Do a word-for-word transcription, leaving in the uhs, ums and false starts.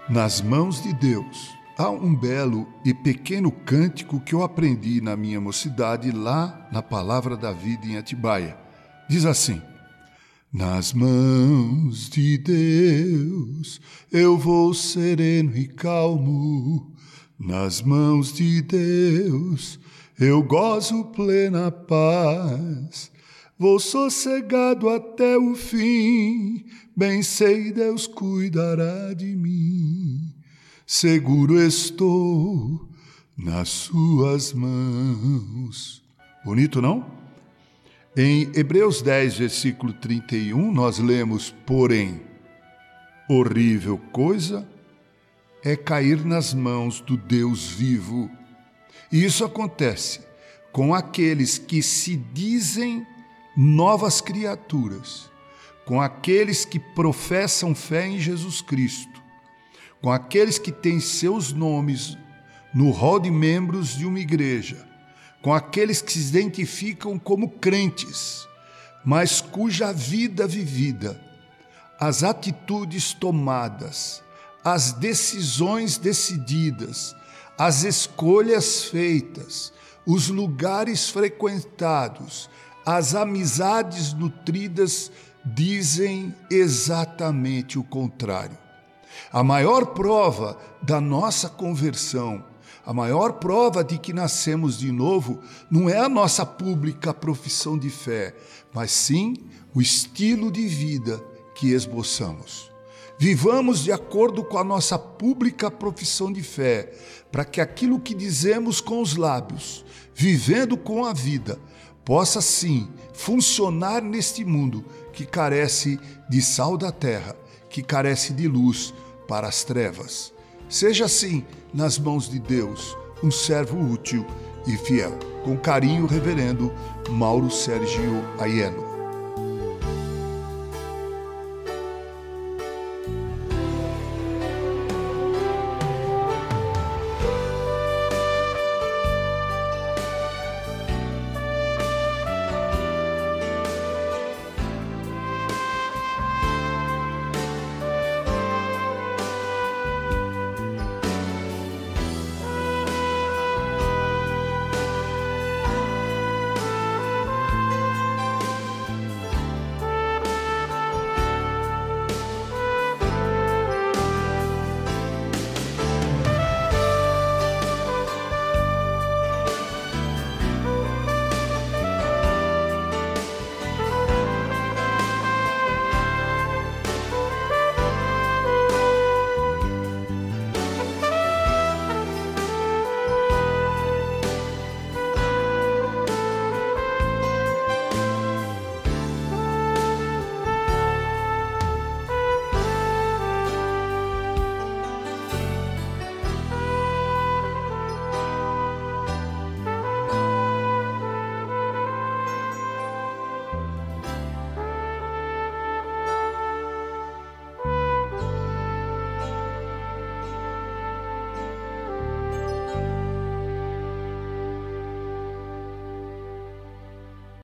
Nas mãos de Deus. Há um belo e pequeno cântico que eu aprendi na minha mocidade lá na Palavra da Vida em Atibaia. Diz assim: nas mãos de Deus eu vou sereno e calmo, nas mãos de Deus eu gozo plena paz, vou sossegado até o fim, bem sei Deus cuidará de mim, seguro estou nas suas mãos. Bonito, não? Em Hebreus dez, versículo trinta e um, nós lemos: porém, horrível coisa é cair nas mãos do Deus vivo. E isso acontece com aqueles que se dizem novas criaturas, com aqueles que professam fé em Jesus Cristo, com aqueles que têm seus nomes no rol de membros de uma igreja, com aqueles que se identificam como crentes, mas cuja vida vivida, as atitudes tomadas, as decisões decididas, as escolhas feitas, os lugares frequentados, as amizades nutridas dizem exatamente o contrário. A maior prova da nossa conversão, a maior prova de que nascemos de novo, não é a nossa pública profissão de fé, mas sim o estilo de vida que esboçamos. Vivamos de acordo com a nossa pública profissão de fé, para que aquilo que dizemos com os lábios, vivendo com a vida, possa sim funcionar neste mundo que carece de sal da terra, que carece de luz para as trevas. Seja assim, nas mãos de Deus, um servo útil e fiel. Com carinho, reverendo Mauro Sérgio Aiello.